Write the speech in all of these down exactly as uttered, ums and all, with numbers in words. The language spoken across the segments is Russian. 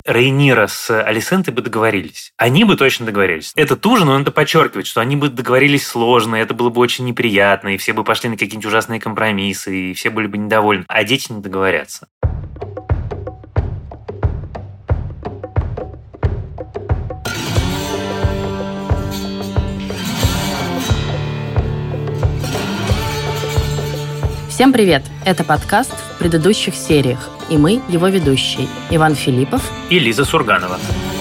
Рейнира с Алисентой бы договорились. Они бы точно договорились. Этот ужин, он это подчеркивает, что они бы договорились сложно, это было бы очень неприятно, и все бы пошли на какие-нибудь ужасные компромиссы, и все были бы недовольны. А дети не договорятся. Всем привет! Это подкаст в предыдущих сериях, и мы его ведущие Иван Филиппов и Лиза Сурганова.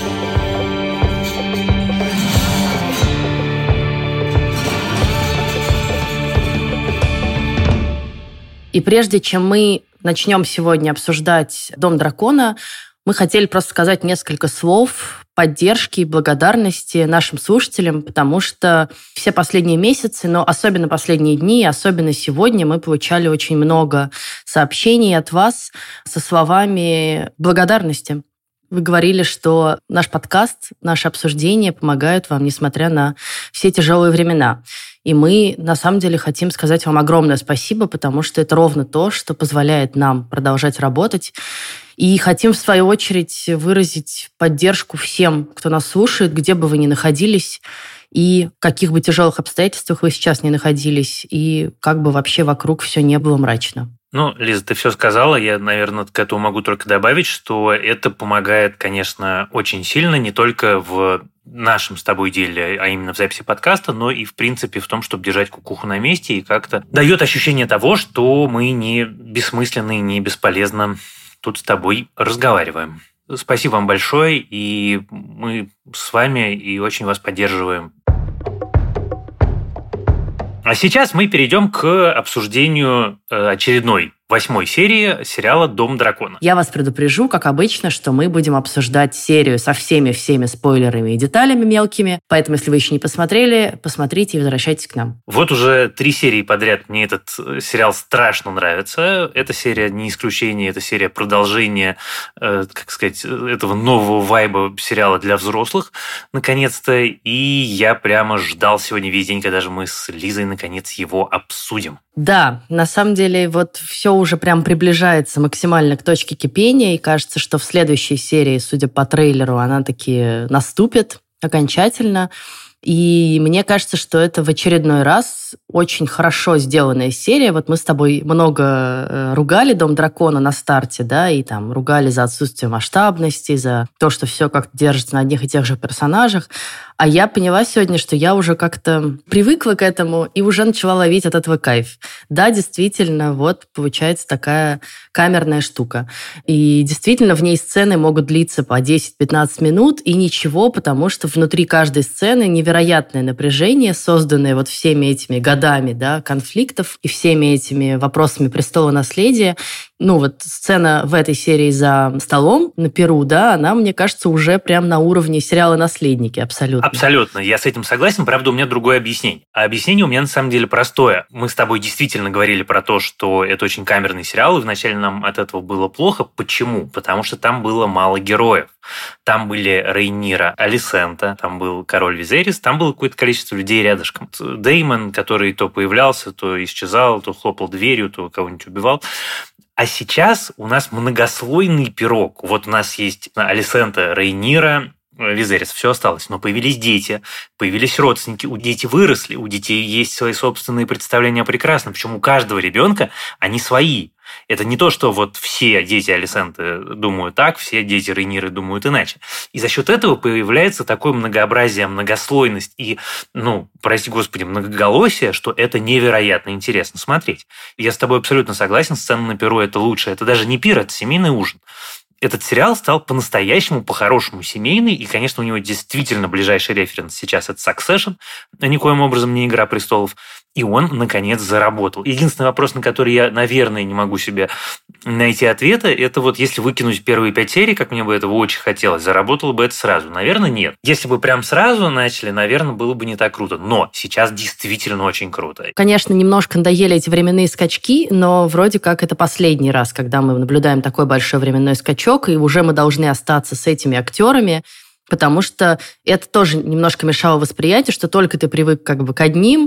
И прежде чем мы начнем сегодня обсуждать «Дом дракона», мы хотели просто сказать несколько слов поддержки и благодарности нашим слушателям, потому что все последние месяцы, но особенно последние дни, особенно сегодня, мы получали очень много сообщений от вас со словами благодарности. Вы говорили, что наш подкаст, наше обсуждение помогают вам, несмотря на все тяжелые времена. И мы, на самом деле, хотим сказать вам огромное спасибо, потому что это ровно то, что позволяет нам продолжать работать. И хотим, в свою очередь, выразить поддержку всем, кто нас слушает, где бы вы ни находились, и в каких бы тяжелых обстоятельствах вы сейчас ни находились, и как бы вообще вокруг все не было мрачно. Ну, Лиза, ты все сказала. Я, наверное, к этому могу только добавить, что это помогает, конечно, очень сильно не только в нашем с тобой деле, а именно в записи подкаста, но и, в принципе, в том, чтобы держать кукуху на месте, и как-то дает ощущение того, что мы не бессмысленно и не бесполезно тут с тобой разговариваем. Спасибо вам большое, и мы с вами и очень вас поддерживаем. А сейчас мы перейдем к обсуждению очередной восьмой серии сериала «Дом дракона». Я вас предупрежу, как обычно, что мы будем обсуждать серию со всеми-всеми спойлерами и деталями мелкими, поэтому, если вы еще не посмотрели, посмотрите и возвращайтесь к нам. Вот уже три серии подряд мне этот сериал страшно нравится. Эта серия не исключение, это серия продолжения, э, как сказать, этого нового вайба сериала для взрослых, наконец-то. И я прямо ждал сегодня весь день, когда же мы с Лизой наконец его обсудим. Да, на самом деле вот все уже прям приближается максимально к точке кипения, и кажется, что в следующей серии, судя по трейлеру, она таки наступит окончательно. И мне кажется, что это в очередной раз очень хорошо сделанная серия. Вот мы с тобой много ругали «Дом дракона» на старте, да, и там ругали за отсутствие масштабности, за то, что все как-то держится на одних и тех же персонажах. А я поняла сегодня, что я уже как-то привыкла к этому и уже начала ловить от этого кайф. Да, действительно, вот получается такая камерная штука. И действительно, в ней сцены могут длиться по десять-пятнадцать минут, и ничего, потому что внутри каждой сцены невероятное напряжение, созданное вот всеми этими годами, да, конфликтов и всеми этими вопросами престола наследия. Ну вот сцена в этой серии за столом на Перу, да, она, мне кажется, уже прям на уровне сериала «Наследники» абсолютно. Абсолютно, я с этим согласен, правда, у меня другое объяснение. А объяснение у меня на самом деле простое. Мы с тобой действительно говорили про то, что это очень камерный сериал, и вначале нам от этого было плохо. Почему? Потому что там было мало героев. Там были Рейнира, Алисента, там был король Визерис, там было какое-то количество людей рядышком. Деймон, который то появлялся, то исчезал, то хлопал дверью, то кого-нибудь убивал. А сейчас у нас многослойный пирог. Вот у нас есть Алисента, Рейнира, Визерис, все осталось. Но появились дети, появились родственники, у дети выросли, у детей есть свои собственные представления о прекрасном. Причем у каждого ребенка они свои. Это не то, что вот все дети Алисенты думают так, все дети Рейниры думают иначе. И за счет этого появляется такое многообразие, многослойность и, ну, прости господи, многоголосие, что это невероятно интересно смотреть. И я с тобой абсолютно согласен, сцена на Перу – это лучше. Это даже не пир, это семейный ужин. Этот сериал стал по-настоящему, по-хорошему семейный, и, конечно, у него действительно ближайший референс сейчас – это Succession, а никоим образом не «Игра престолов». И он, наконец, заработал. Единственный вопрос, на который я, наверное, не могу себе найти ответа, это вот если выкинуть первые пять серий, как мне бы этого очень хотелось, заработало бы это сразу? Наверное, нет. Если бы прям сразу начали, наверное, было бы не так круто. Но сейчас действительно очень круто. Конечно, немножко надоели эти временные скачки, но вроде как это последний раз, когда мы наблюдаем такой большой временной скачок, и уже мы должны остаться с этими актерами, потому что это тоже немножко мешало восприятию, что только ты привык как бы к одним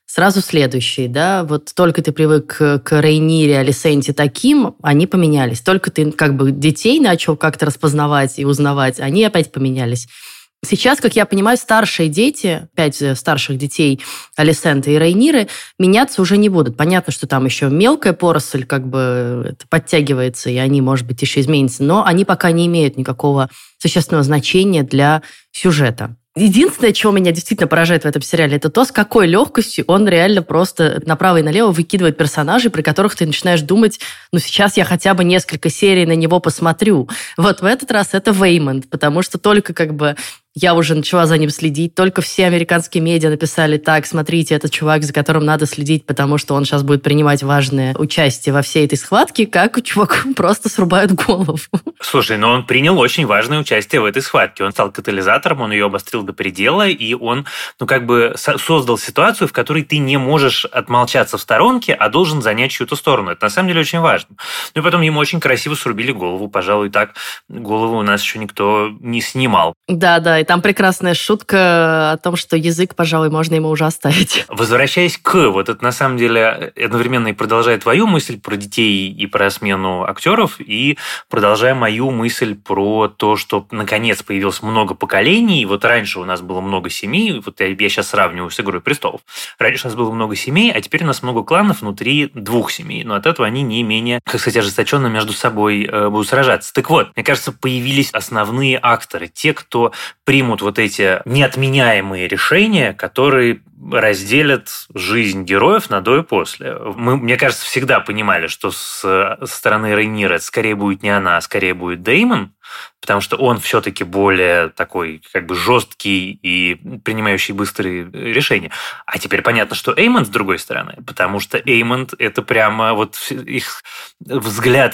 Сразу следующий, да, вот только ты привык к Рейнире, Алисенте таким, они поменялись. Только ты как бы детей начал как-то распознавать и узнавать, они опять поменялись. Сейчас, как я понимаю, старшие дети, пять старших детей Алисенты и Рейниры, меняться уже не будут. Понятно, что там еще мелкая поросль как бы подтягивается, и они, может быть, еще изменятся, но они пока не имеют никакого существенного значения для сюжета. Единственное, чего меня действительно поражает в этом сериале, это то, с какой легкостью он реально просто направо и налево выкидывает персонажей, при которых ты начинаешь думать, ну, сейчас я хотя бы несколько серий на него посмотрю. Вот в этот раз это Веймонд, потому что только как бы я уже начала за ним следить, только все американские медиа написали, так, смотрите, это чувак, за которым надо следить, потому что он сейчас будет принимать важное участие во всей этой схватке, как чуваку просто срубают голову. Слушай, но он принял очень важное участие в этой схватке. Он стал катализатором, он ее обострил до предела, и он, ну, как бы создал ситуацию, в которой ты не можешь отмолчаться в сторонке, а должен занять чью-то сторону. Это на самом деле очень важно. Ну и потом ему очень красиво срубили голову. Пожалуй, так голову у нас еще никто не снимал. Да, да, и там прекрасная шутка о том, что язык, пожалуй, можно ему уже оставить. Возвращаясь к, вот это на самом деле одновременно и продолжает твою мысль про детей и про смену актеров, и продолжая мою мысль про то, что наконец появилось много поколений. Вот раньше у нас было много семей, вот я, я сейчас сравниваю с «Игрой престолов». Раньше у нас было много семей, а теперь у нас много кланов внутри двух семей. Но от этого они не менее, как сказать, ожесточенно между собой э, будут сражаться. Так вот, мне кажется, появились основные акторы, те, кто примут вот эти неотменяемые решения, которые разделят жизнь героев на до и после. Мы, мне кажется, всегда понимали, что с, со стороны Рейнира это скорее будет не она, а скорее будет Дэймон, потому что он все-таки более такой как бы жесткий и принимающий быстрые решения. А теперь понятно, что Эймонд с другой стороны, потому что Эймонд – это прямо вот их взгляд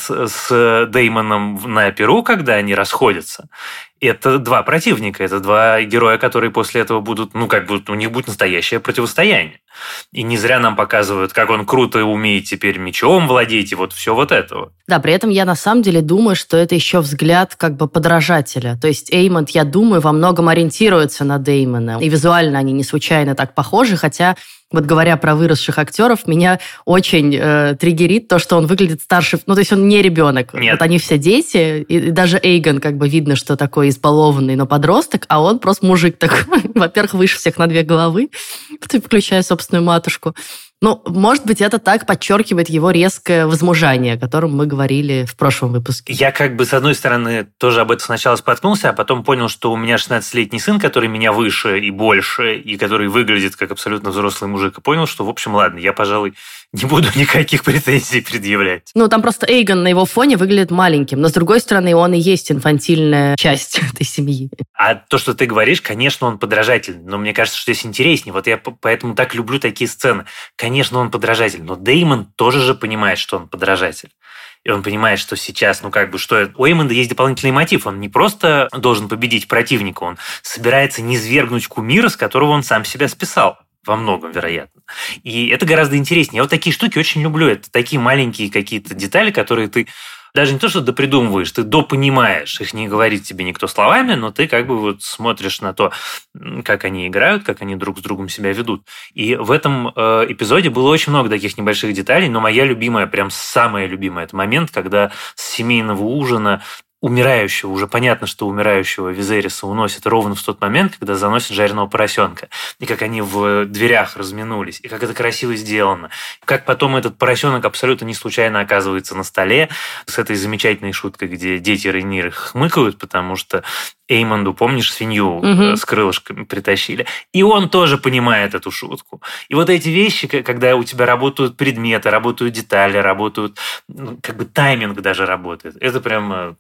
с Дэймоном на Перу, когда они расходятся. Это два противника, это два героя, которые после этого будут, ну, как бы у них будет настоящее противостояние. И не зря нам показывают, как он круто умеет теперь мечом владеть, и вот все вот этого. Да, при этом я на самом деле думаю, что это еще взгляд как бы подражателя. То есть Эймонд, я думаю, во многом ориентируется на Дэймона. И визуально они не случайно так похожи, хотя... Вот говоря про выросших актеров, меня очень э, триггерит то, что он выглядит старше. Ну, то есть он не ребенок. Нет. Вот они все дети, и даже Эйгон как бы видно, что такой избалованный, но подросток, а он просто мужик такой. Во-первых, выше всех на две головы, включая собственную матушку. Ну, может быть, это так подчеркивает его резкое возмужание, о котором мы говорили в прошлом выпуске. Я как бы, с одной стороны, тоже об этом сначала споткнулся, а потом понял, что у меня шестнадцатилетний сын, который меня выше и больше, и который выглядит как абсолютно взрослый мужик, и понял, что, в общем, ладно, я, пожалуй, не буду никаких претензий предъявлять. Ну, там просто Эйгон на его фоне выглядит маленьким, но, с другой стороны, он и есть инфантильная часть этой семьи. А то, что ты говоришь, конечно, он подражатель, но мне кажется, что здесь интереснее. Вот я поэтому так люблю такие сцены. Конечно, он подражатель, но Дэймон тоже же понимает, что он подражатель. И он понимает, что сейчас, ну как бы, что у Эймонда есть дополнительный мотив. Он не просто должен победить противника, он собирается низвергнуть кумира, с которого он сам себя списал. Во многом, вероятно. И это гораздо интереснее. Я вот такие штуки очень люблю. Это такие маленькие какие-то детали, которые ты даже не то, что допридумываешь, ты допонимаешь. Их не говорит тебе никто словами, но ты как бы вот смотришь на то, как они играют, как они друг с другом себя ведут. И в этом э, эпизоде было очень много таких небольших деталей, но моя любимая, прям самая любимая, это момент, когда с семейного ужина умирающего, уже понятно, что умирающего Визериса уносят ровно в тот момент, когда заносят жареного поросенка. И как они в дверях разминулись, и как это красиво сделано. Как потом этот поросенок абсолютно не случайно оказывается на столе с этой замечательной шуткой, где дети Рейнира хмыкают, потому что Эймонду, помнишь, свинью угу. с крылышками притащили? И он тоже понимает эту шутку. И вот эти вещи, когда у тебя работают предметы, работают детали, работают, ну, как бы тайминг даже работает, это прям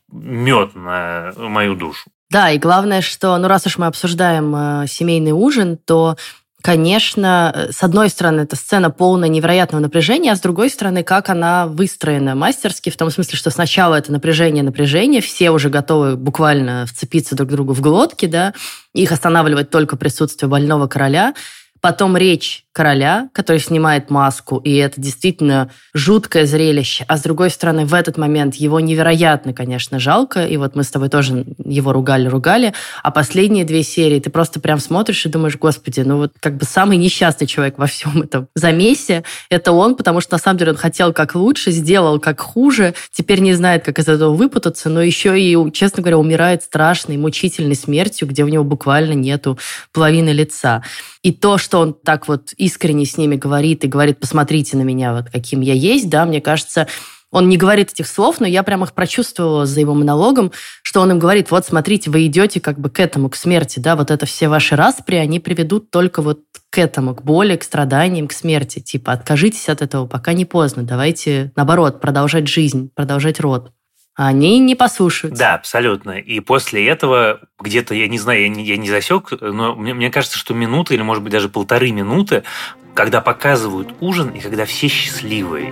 мед на мою душу. Да, и главное, что, ну, раз уж мы обсуждаем э, семейный ужин, то, конечно, с одной стороны, эта сцена полная невероятного напряжения, а с другой стороны, как она выстроена мастерски, в том смысле, что сначала это напряжение-напряжение, все уже готовы буквально вцепиться друг другу в глотки, да, их останавливает только присутствие больного короля. Потом речь, короля, который снимает маску, и это действительно жуткое зрелище. А с другой стороны, в этот момент его невероятно, конечно, жалко. И вот мы с тобой тоже его ругали-ругали. А последние две серии ты просто прям смотришь и думаешь, господи, ну вот как бы самый несчастный человек во всем этом замесе – это он, потому что на самом деле он хотел как лучше, сделал как хуже, теперь не знает, как из этого выпутаться, но еще и, честно говоря, умирает страшной, мучительной смертью, где у него буквально нету половины лица. И то, что он так вот искренне с ними говорит и говорит, посмотрите на меня, вот каким я есть, да, мне кажется, он не говорит этих слов, но я прям их прочувствовала за его монологом, что он им говорит, вот смотрите, вы идете как бы к этому, к смерти, да, вот это все ваши распри, они приведут только вот к этому, к боли, к страданиям, к смерти. Типа, откажитесь от этого, пока не поздно, давайте, наоборот, продолжать жизнь, продолжать род. А они не послушаются. Да, абсолютно. И после этого где-то, я не знаю, я не, я не засек, но мне, мне кажется, что минута или, может быть, даже полторы минуты, когда показывают ужин и когда все счастливые.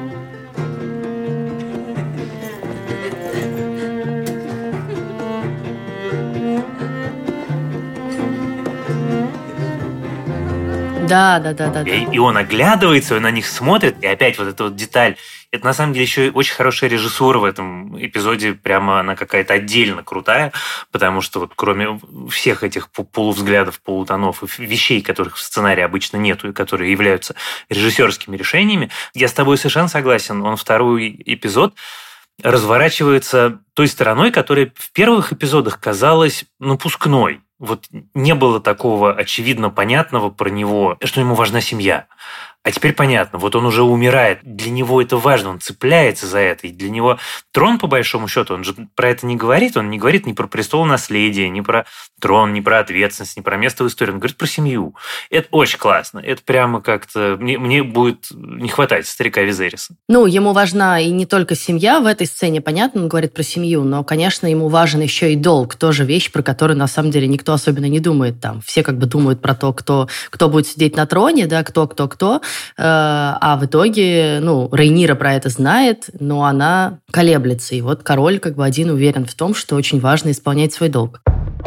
Да, да, да, да. И, и он оглядывается, он на них смотрит, и опять вот эта вот деталь. Это на самом деле еще очень хорошая режиссура в этом эпизоде, прямо она какая-то отдельно крутая, потому что вот кроме всех этих полувзглядов, полутонов и вещей, которых в сценарии обычно нету и которые являются режиссерскими решениями, я с тобой совершенно согласен. Он второй эпизод разворачивается той стороной, которая в первых эпизодах казалась напускной. Вот не было такого очевидно понятного про него, что ему важна семья. А теперь понятно, вот он уже умирает. Для него это важно, он цепляется за это. И для него трон, по большому счету, он же про это не говорит. Он не говорит ни про престолонаследие, ни про трон, ни про ответственность, ни про место в истории. Он говорит про семью. Это очень классно. Это прямо как-то... Мне, мне будет не хватать старика Визериса. Ну, ему важна и не только семья в этой сцене, понятно, он говорит про семью, но, конечно, ему важен еще и долг. Тоже вещь, про которую, на самом деле, никто особенно не думает. Там все как бы думают про то, кто, кто будет сидеть на троне, да, кто, кто, кто. А в итоге, ну, Рейнира про это знает, но она колеблется. И вот король как бы один уверен в том, что очень важно исполнять свой долг.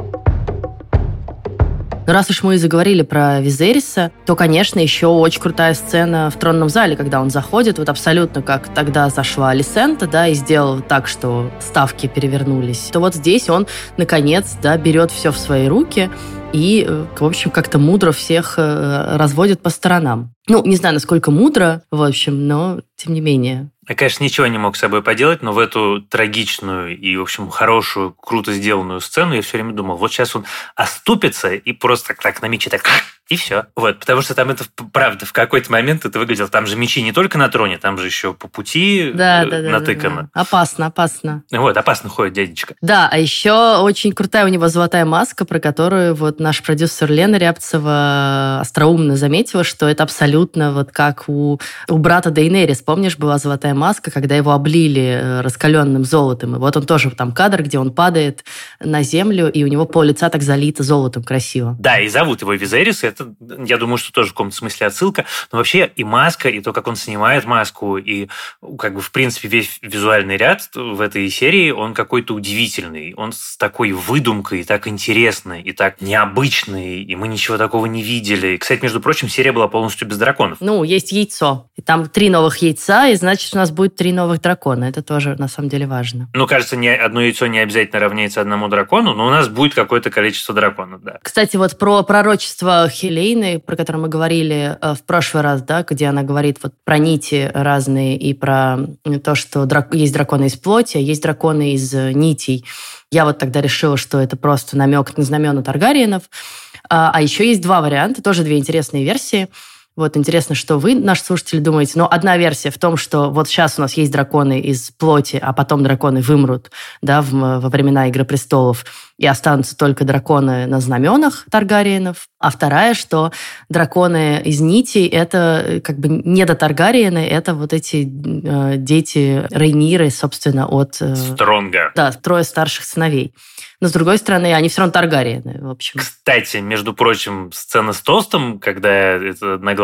Но раз уж мы и заговорили про Визериса, то, конечно, еще очень крутая сцена в тронном зале, когда он заходит, вот абсолютно как тогда зашла Алисента, да, и сделала так, что ставки перевернулись. То вот здесь он, наконец, да, берет все в свои руки и, в общем, как-то мудро всех разводит по сторонам. Ну, не знаю, насколько мудро, в общем, но тем не менее. Я, конечно, ничего не мог с собой поделать, но в эту трагичную и, в общем, хорошую, круто сделанную сцену я все время думал, вот сейчас он оступится и просто так, так на мече так... И все. Вот, потому что там это, правда, в какой-то момент это выглядело. Там же мечи не только на троне, там же еще по пути да, да, да, натыкано. Да, да. Опасно, опасно. Вот, опасно ходит дядечка. Да, а еще очень крутая у него золотая маска, про которую вот наш продюсер Лена Рябцева остроумно заметила, что это абсолютно вот как у, у брата Дейнерис. Помнишь, была золотая маска, когда его облили раскаленным золотом. И вот он тоже, там кадр, где он падает на землю, и у него пол лица так залито золотом красиво. Да, и зовут его Визерис, это, я думаю, что тоже в каком-то смысле отсылка, но вообще и маска, и то, как он снимает маску, и как бы в принципе весь визуальный ряд в этой серии, он какой-то удивительный, он с такой выдумкой, так интересный, и так необычный, и мы ничего такого не видели. И, кстати, между прочим, серия была полностью без драконов. Ну, есть яйцо, и там три новых яйца, и значит, у нас будет три новых дракона, это тоже на самом деле важно. Ну, кажется, не, одно яйцо не обязательно равняется одному дракону, но у нас будет какое-то количество драконов, да. Кстати, вот про пророчество Хелейны, про которое мы говорили в прошлый раз, да, где она говорит вот про нити разные и про то, что драк... есть драконы из плоти, а есть драконы из нитей. Я вот тогда решила, что это просто намек на знамена Таргариенов. А, а еще есть два варианта, тоже две интересные версии. Вот интересно, что вы, наши слушатели, думаете. Но одна версия в том, что вот сейчас у нас есть драконы из плоти, а потом драконы вымрут, да, в, во времена Игры престолов, и останутся только драконы на знаменах Таргариенов. А вторая, что драконы из нитей – это как бы не до Таргариены, это вот эти э, дети Рейниры, собственно, от… Э, Стронга. Да, трое старших сыновей. Но, с другой стороны, они все равно Таргариены, в общем. Кстати, между прочим, сцена с тостом, когда это наглазный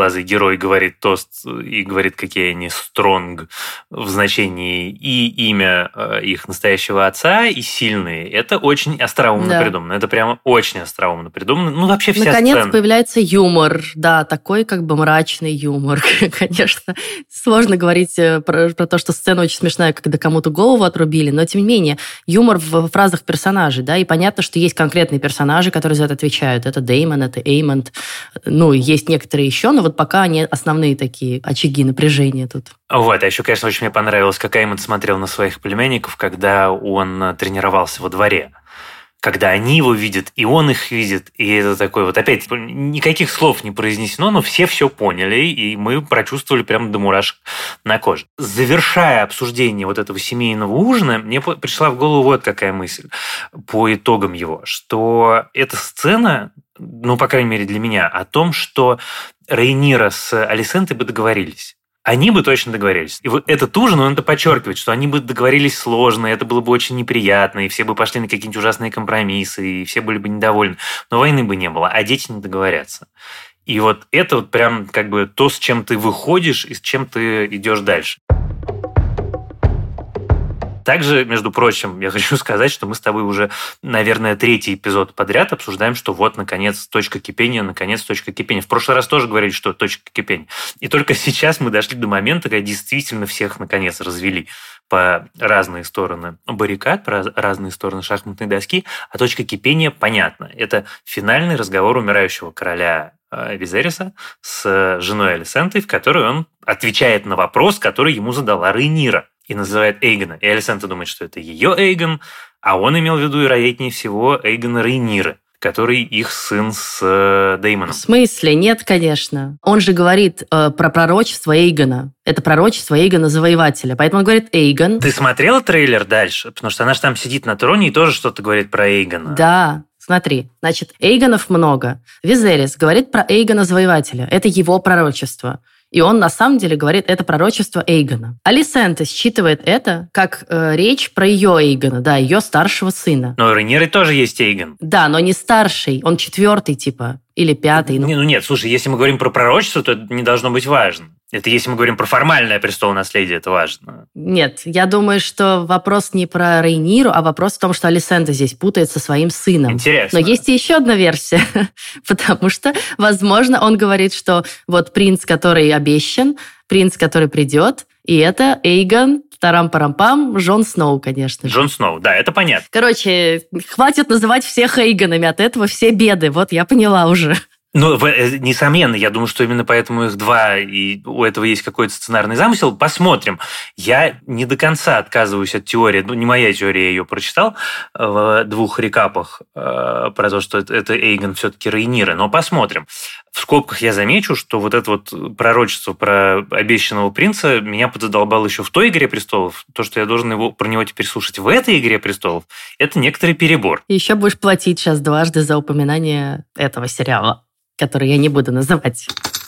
синеглазый герой говорит тост и говорит, какие они стронг в значении и имя их настоящего отца, и сильные. Это очень остроумно да. придумано. Это прямо очень остроумно придумано. Ну, вообще вся Наконец сцена. появляется юмор. Да, такой как бы мрачный юмор. Конечно, сложно говорить про, про то, что сцена очень смешная, когда кому-то голову отрубили, но тем не менее, юмор в фразах персонажей, да, и понятно, что есть конкретные персонажи, которые за это отвечают. Это Дэймон, это Эймонд. Ну, есть некоторые еще, но вот пока они основные такие очаги напряжения тут. Вот, а еще, конечно, очень мне понравилось, как Эймонд смотрел на своих племянников, когда он тренировался во дворе. Когда они его видят, и он их видит, и это такое вот опять никаких слов не произнесено, но все все поняли, и мы прочувствовали прямо до мурашек на коже. Завершая обсуждение вот этого семейного ужина, мне пришла в голову вот какая мысль по итогам его, что эта сцена, ну, по крайней мере для меня, о том, что Рейнира с Алисентой бы договорились. Они бы точно договорились. И вот этот ужин, он это подчеркивает, что они бы договорились сложно, это было бы очень неприятно, и все бы пошли на какие-нибудь ужасные компромиссы, и все были бы недовольны. Но войны бы не было, а дети не договорятся. И вот это вот прям как бы то, с чем ты выходишь и с чем ты идешь дальше. Также, между прочим, я хочу сказать, что мы с тобой уже, наверное, третий эпизод подряд обсуждаем, что вот, наконец, точка кипения, наконец, точка кипения. В прошлый раз тоже говорили, что точка кипения. И только сейчас мы дошли до момента, когда действительно всех, наконец, развели по разные стороны баррикад, по разные стороны шахматной доски, а точка кипения понятна. Это финальный разговор умирающего короля Визериса с женой Алисентой, в которой он отвечает на вопрос, который ему задала Рейнира. И называет Эйгона. И Алисента думает, что это ее Эйгон, а он имел в виду, вероятнее всего, Эйгона Рейнира, который их сын с э, Дэймоном. В смысле? Нет, конечно. Он же говорит э, про пророчество Эйгона. Это пророчество Эйгона Завоевателя. Поэтому он говорит Эйгон. Ты смотрела трейлер дальше? Потому что она же там сидит на троне и тоже что-то говорит про Эйгона. Да. Смотри, значит, Эйгонов много. Визерис говорит про Эйгона Завоевателя. Это его пророчество. И он на самом деле говорит, это пророчество Эйгона. Алисента считывает это как э, речь про ее Эйгона, да, ее старшего сына. Но у Рейниры тоже есть Эйгон. Да, но не старший, он четвертый типа, или пятый. Ну. Не, ну нет, слушай, если мы говорим про пророчество, то это не должно быть важно. Это если мы говорим про формальное престолонаследие, это важно. Нет, я думаю, что вопрос не про Рейниру, а вопрос в том, что Алисента здесь путает со своим сыном. Интересно. Но есть и еще одна версия, потому что, возможно, он говорит, что вот принц, который обещан, принц, который придет, и это Эйгон, тарам-парам-пам, Джон Сноу, конечно же. Джон Сноу, да, это понятно. Короче, хватит называть всех Эйгонами, от этого все беды, вот я поняла уже. Ну, несомненно, я думаю, что именно поэтому их два, и у этого есть какой-то сценарный замысел. Посмотрим. Я не до конца отказываюсь от теории, ну, не моя теория, я ее прочитал в двух рекапах про то, что это Эйгон все-таки Рейнира, но посмотрим. В скобках я замечу, что вот это вот пророчество про обещанного принца меня подзадолбало еще в той «Игре престолов». То, что я должен его, про него теперь слушать в этой «Игре престолов», это некоторый перебор. И еще будешь платить сейчас дважды за упоминание этого сериала, который я не буду называть.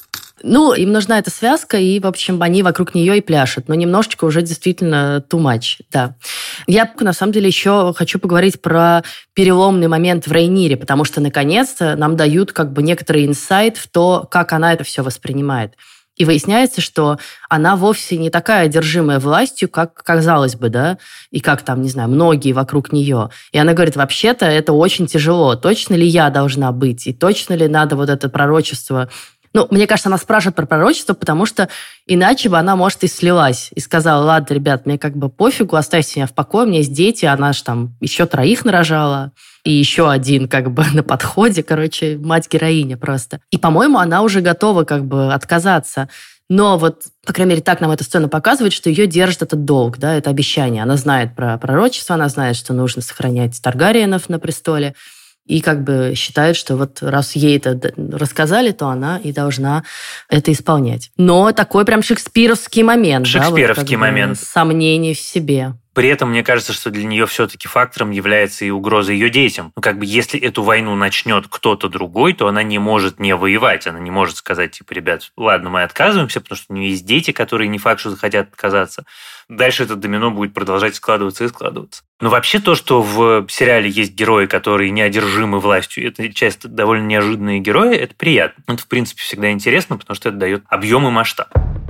Ну, им нужна эта связка, и, в общем, они вокруг нее и пляшут. Но немножечко уже действительно too much, да. Я, на самом деле, еще хочу поговорить про переломный момент в Рейнире, потому что, наконец-то, нам дают как бы некоторый инсайт в то, как она это все воспринимает. И выясняется, что она вовсе не такая одержимая властью, как казалось бы, да, и как там, не знаю, многие вокруг нее. И она говорит, вообще-то это очень тяжело. Точно ли я должна быть? И точно ли надо вот это пророчество? Ну, мне кажется, она спрашивает про пророчество, потому что иначе бы она, может, и слилась. И сказала, ладно, ребят, мне как бы пофигу, оставьте меня в покое, у меня есть дети, она же там еще троих нарожала. И еще один как бы на подходе, короче, мать-героиня просто. И, по-моему, она уже готова как бы отказаться. Но вот, по крайней мере, так нам эта сцена показывает, что ее держит этот долг, да, это обещание. Она знает про пророчество, она знает, что нужно сохранять Таргариенов на престоле. И как бы считает, что вот раз ей это рассказали, то она и должна это исполнять. Но такой прям шекспировский момент. Шекспировский да, вот, момент. Сомнений в себе. При этом мне кажется, что для нее все-таки фактором является и угроза ее детям. Ну, как бы, если эту войну начнет кто-то другой, то она не может не воевать. Она не может сказать, типа, ребят, ладно, мы отказываемся, потому что у нее есть дети, которые не факт, что захотят отказаться. Дальше это домино будет продолжать складываться и складываться. Но вообще то, что в сериале есть герои, которые неодержимы властью, это часто довольно неожиданные герои, это приятно. Это, в принципе, всегда интересно, потому что это дает объем и масштаб.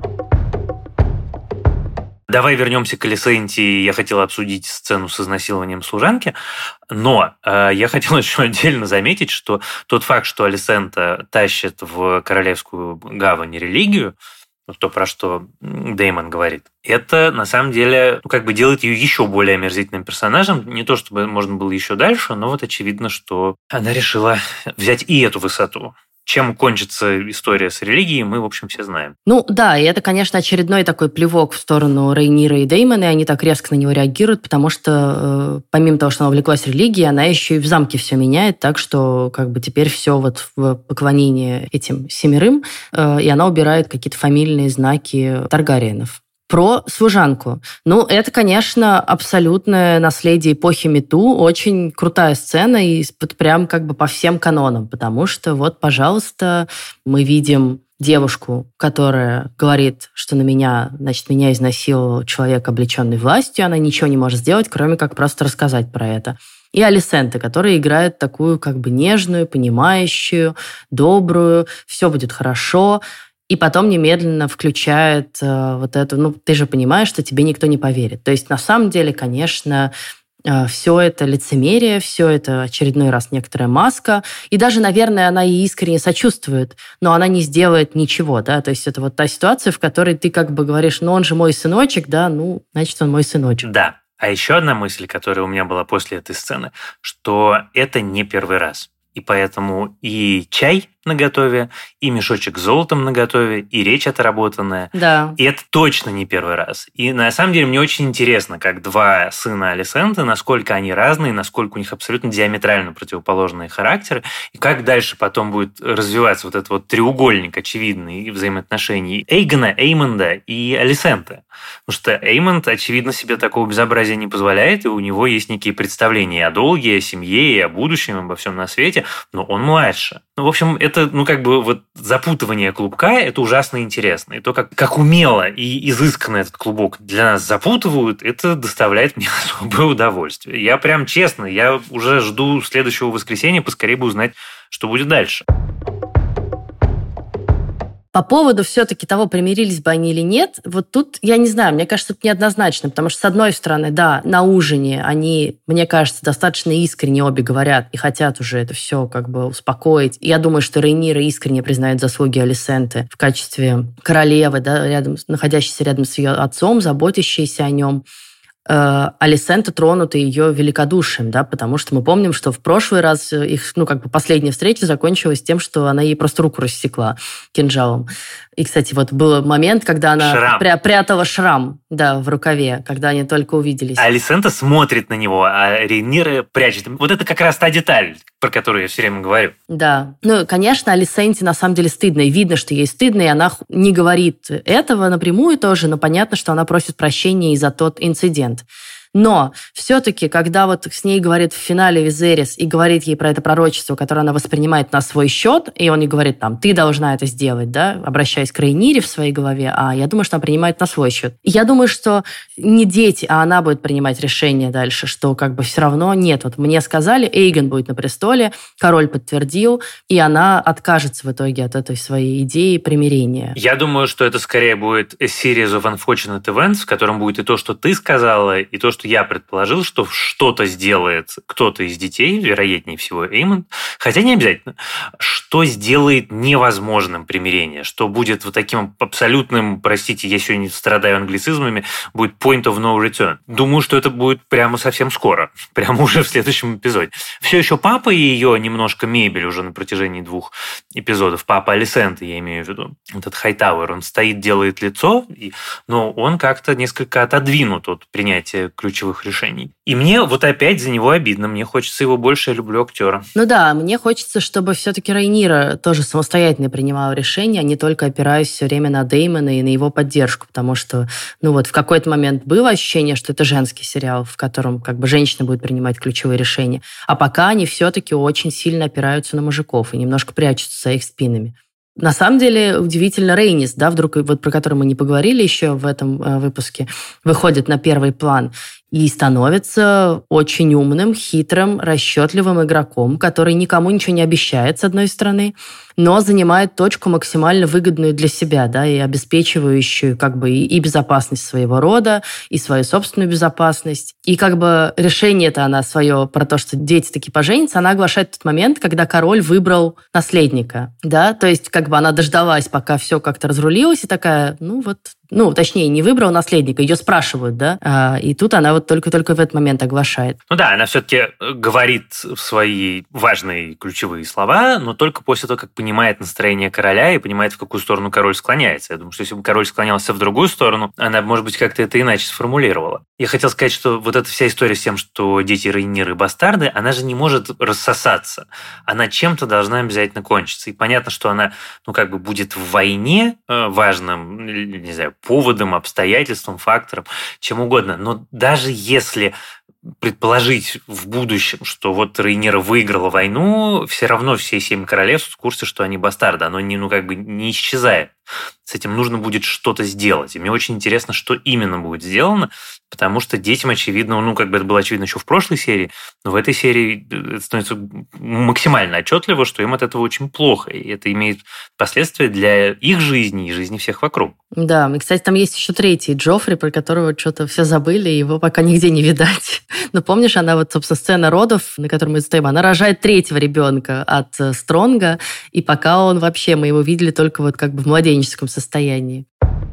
Давай вернемся к Алисенте. Я хотел обсудить сцену с изнасилованием служанки, но э, я хотел еще отдельно заметить, что тот факт, что Алисента тащит в Королевскую гавань религию, то, про что Дэймон говорит, это на самом деле ну, как бы делает ее еще более омерзительным персонажем. Не то, чтобы можно было еще дальше, но вот очевидно, что она решила взять и эту высоту. Чем кончится история с религией, мы, в общем, все знаем. Ну да, и это, конечно, очередной такой плевок в сторону Рейнира и Дэймона, и они так резко на него реагируют, потому что э, помимо того, что она увлеклась религией, она еще и в замке все меняет, так что как бы теперь все вот в поклонении этим семерым, э, и она убирает какие-то фамильные знаки Таргариенов. Про служанку. Ну, это, конечно, абсолютное наследие эпохи Мету. Очень крутая сцена и прям как бы по всем канонам. Потому что вот, пожалуйста, мы видим девушку, которая говорит, что на меня, значит, меня изнасиловал человек, облеченный властью. Она ничего не может сделать, кроме как просто рассказать про это. И Алисента, которая играет такую как бы нежную, понимающую, добрую, все будет хорошо. И потом немедленно включает э, вот эту, ну, ты же понимаешь, что тебе никто не поверит. То есть, на самом деле, конечно, э, все это лицемерие, все это очередной раз некоторая маска. И даже, наверное, она ей искренне сочувствует, но она не сделает ничего, да. То есть, это вот та ситуация, в которой ты как бы говоришь, ну, он же мой сыночек, да, ну, значит, он мой сыночек. Да. А еще одна мысль, которая у меня была после этой сцены, что это не первый раз. И поэтому и чай наготове, и мешочек с золотом наготове, и речь отработанная. Да. И это точно не первый раз. И на самом деле мне очень интересно, как два сына Алисенты, насколько они разные, насколько у них абсолютно диаметрально противоположные характеры, и как дальше потом будет развиваться вот этот вот треугольник очевидный взаимоотношений Эйгона, Эймонда и Алисенты. Потому что Эймонд, очевидно, себе такого безобразия не позволяет, и у него есть некие представления и о долге, и о семье, и о будущем, обо всем на свете, но он младше. Ну, в общем, это, ну, как бы вот запутывание клубка, это ужасно интересно. И то, как, как умело и изысканно этот клубок для нас запутывают, это доставляет мне особое удовольствие. Я прям честно, я уже жду следующего воскресенья, поскорее бы узнать, что будет дальше. По поводу все-таки того, примирились бы они или нет, вот тут, я не знаю, мне кажется, это неоднозначно, потому что, с одной стороны, да, на ужине они, мне кажется, достаточно искренне обе говорят и хотят уже это все как бы успокоить. И я думаю, что Рейнира искренне признает заслуги Алисенты в качестве королевы, да, рядом, находящейся рядом с ее отцом, заботящейся о нем. Алисента тронута ее великодушием, да, потому что мы помним, что в прошлый раз их, ну, как бы последняя встреча закончилась тем, что она ей просто руку рассекла кинжалом. И, кстати, вот был момент, когда она пря- прятала шрам, да, в рукаве, когда они только увиделись. А Алисента смотрит на него, а Рейнира прячет. Вот это как раз та деталь, про которую я все время говорю. Да. Ну, конечно, Алисенте на самом деле стыдно, и видно, что ей стыдно, и она не говорит этого напрямую тоже, но понятно, что она просит прощения и за тот инцидент. Но все-таки, когда вот с ней говорит в финале Визерис и говорит ей про это пророчество, которое она воспринимает на свой счет, и он ей говорит, там, ты должна это сделать, да, обращаясь к Рейнире в своей голове, а я думаю, что она принимает на свой счет. И я думаю, что не дети, а она будет принимать решение дальше, что как бы все равно нет. Вот мне сказали, Эйгон будет на престоле, король подтвердил, и она откажется в итоге от этой своей идеи примирения. Я думаю, что это скорее будет a series of unfortunate events, в котором будет и то, что ты сказала, и то, что я предположил, что что-то сделает кто-то из детей, вероятнее всего Эймонд, хотя не обязательно, что сделает невозможным примирение, что будет вот таким абсолютным, простите, я сегодня страдаю англицизмами, будет point of no return. Думаю, что это будет прямо совсем скоро, прямо уже в следующем эпизоде. Все еще папа и ее немножко мебель уже на протяжении двух эпизодов, папа Алисенты, я имею в виду, этот Хайтауэр, он стоит, делает лицо, но он как-то несколько отодвинут от принятия ключа ключевых решений. И мне вот опять за него обидно. Мне хочется его больше, я люблю актера. Ну да, мне хочется, чтобы все-таки Рейнира тоже самостоятельно принимала решения, а не только опираясь все время на Дэймона и на его поддержку, потому что, ну вот, в какой-то момент было ощущение, что это женский сериал, в котором как бы женщина будет принимать ключевые решения, а пока они все-таки очень сильно опираются на мужиков и немножко прячутся за их спинами. На самом деле, удивительно, Рейнис, да, вдруг, вот про который мы не поговорили еще в этом э, выпуске, выходит на первый план и становится очень умным, хитрым, расчетливым игроком, который никому ничего не обещает, с одной стороны, но занимает точку максимально выгодную для себя, да, и обеспечивающую как бы и, и безопасность своего рода, и свою собственную безопасность. И как бы решение-то она свое про то, что дети таки поженятся, она оглашает в тот момент, когда король выбрал наследника, да, то есть как бы она дождалась, пока все как-то разрулилось, и такая, ну вот, ну, точнее, не выбрал наследника, ее спрашивают, да, а, и тут она вот только-только в этот момент оглашает. Ну да, она все-таки говорит свои важные ключевые слова, но только после того, как понимает настроение короля и понимает, в какую сторону король склоняется. Я думаю, что если бы король склонялся в другую сторону, она, может быть, как-то это иначе сформулировала. Я хотел сказать, что вот эта вся история с тем, что дети Рейниры бастарды, она же не может рассосаться. Она чем-то должна обязательно кончиться. И понятно, что она, ну, как бы будет в войне важным, не знаю, поводом, обстоятельством, фактором, чем угодно. Но даже если предположить в будущем, что вот Рейнира выиграла войну, все равно все семь королевств в курсе, что они бастарды. Оно не, ну, как бы не исчезает. С этим нужно будет что-то сделать. И мне очень интересно, что именно будет сделано, потому что детям, очевидно, ну, как бы это было очевидно еще в прошлой серии, но в этой серии это становится максимально отчетливо, что им от этого очень плохо. И это имеет последствия для их жизни и жизни всех вокруг. Да, и, кстати, там есть еще третий Джоффри, про которого что-то все забыли, и его пока нигде не видать. Но помнишь, она вот, собственно, сцена родов, на которой мы стоим, она рожает третьего ребенка от Стронга, и пока он вообще, мы его видели только вот как бы в младенческом состоянии.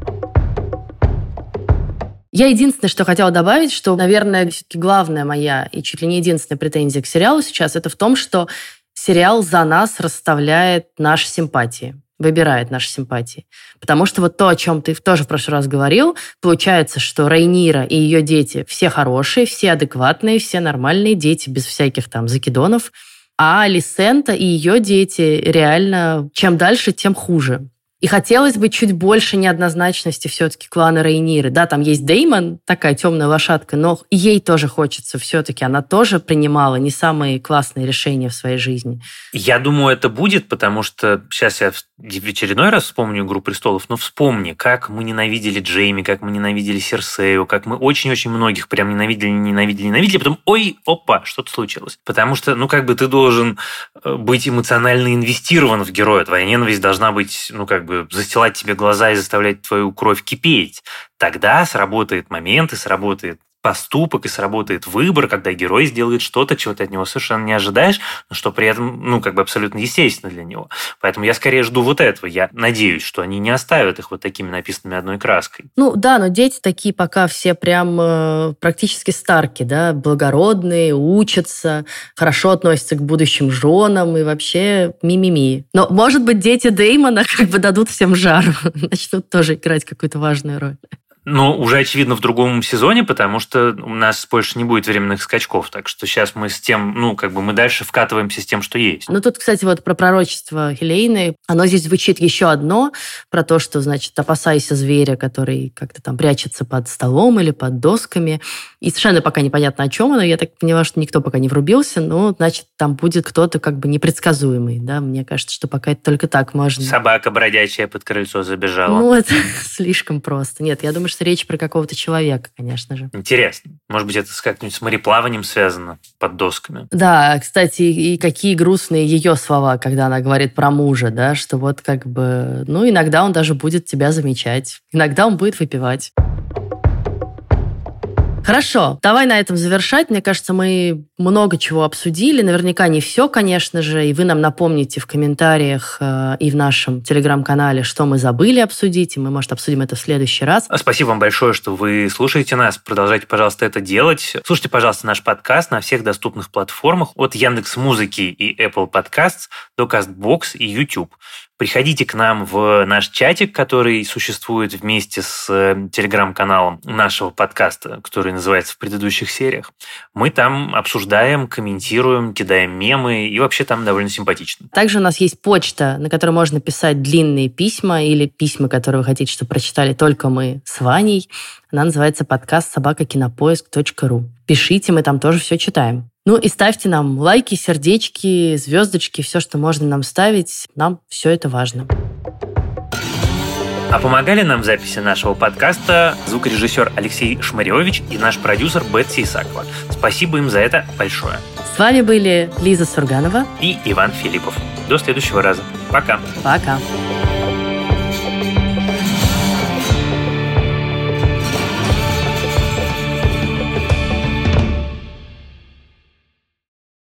Я единственное, что хотела добавить, что, наверное, все-таки главная моя и чуть ли не единственная претензия к сериалу сейчас, это в том, что сериал за нас расставляет наши симпатии, выбирает наши симпатии. Потому что вот то, о чем ты тоже в прошлый раз говорил, получается, что Рейнира и ее дети все хорошие, все адекватные, все нормальные дети, без всяких там закидонов. А Алисента и ее дети реально чем дальше, тем хуже. И хотелось бы чуть больше неоднозначности все-таки клана Рейниры. Да, там есть Дэймон, такая темная лошадка, но ей тоже хочется все-таки. Она тоже принимала не самые классные решения в своей жизни. Я думаю, это будет, потому что сейчас я в очередной раз вспомню «Игру престолов», но вспомни, как мы ненавидели Джейми, как мы ненавидели Серсею, как мы очень-очень многих прям ненавидели, ненавидели, ненавидели, а потом, ой, опа, что-то случилось. Потому что, ну, как бы ты должен быть эмоционально инвестирован в героя. Твоя ненависть должна быть, ну, как бы застилать тебе глаза и заставлять твою кровь кипеть. Тогда сработает момент и сработает поступок, и сработает выбор, когда герой сделает что-то, чего ты от него совершенно не ожидаешь, но что при этом, ну, как бы абсолютно естественно для него. Поэтому я скорее жду вот этого. Я надеюсь, что они не оставят их вот такими написанными одной краской. Ну, да, но дети такие пока все прям э, практически старки, да, благородные, учатся, хорошо относятся к будущим женам и вообще ми-ми-ми. Но, может быть, дети Дэймона как бы дадут всем жару, начнут тоже играть какую-то важную роль. Ну, уже очевидно в другом сезоне, потому что у нас больше не будет временных скачков. Так что сейчас мы с тем, ну, как бы мы дальше вкатываемся с тем, что есть. Ну, тут, кстати, вот про пророчество Хелейны. Оно здесь звучит еще одно, про то, что, значит, опасайся зверя, который как-то там прячется под столом или под досками. И совершенно пока непонятно, о чем оно. Я так поняла, что никто пока не врубился, но, значит, там будет кто-то как бы непредсказуемый, да. Мне кажется, что пока это только так можно. Собака бродячая под крыльцо забежала. Ну, это слишком просто. Нет, я думаю, что речь про какого-то человека, конечно же. Интересно. Может быть, это как-нибудь с мореплаванием связано под досками? Да, кстати, и какие грустные ее слова, когда она говорит про мужа, да, что вот как бы, ну, иногда он даже будет тебя замечать, иногда он будет выпивать. Хорошо, давай на этом завершать. Мне кажется, мы много чего обсудили. Наверняка не все, конечно же. И вы нам напомните в комментариях э, и в нашем телеграм-канале, что мы забыли обсудить. И мы, может, обсудим это в следующий раз. Спасибо вам большое, что вы слушаете нас. Продолжайте, пожалуйста, это делать. Слушайте, пожалуйста, наш подкаст на всех доступных платформах от Яндекс.Музыки и Apple Podcasts до Castbox и YouTube. Приходите к нам в наш чатик, который существует вместе с телеграм-каналом нашего подкаста, который называется «В предыдущих сериях». Мы там обсуждаем, комментируем, кидаем мемы, и вообще там довольно симпатично. Также у нас есть почта, на которой можно писать длинные письма или письма, которые вы хотите, чтобы прочитали только мы с Ваней. Она называется подкаст собака кинопоиск точка ру. Пишите, мы там тоже все читаем. Ну и ставьте нам лайки, сердечки, звездочки, все, что можно нам ставить. Нам все это важно. А помогали нам в записи нашего подкаста звукорежиссер Алексей Шмаревич и наш продюсер Бетси Исакова. Спасибо им за это большое. С вами были Лиза Сурганова и Иван Филиппов. До следующего раза. Пока. Пока.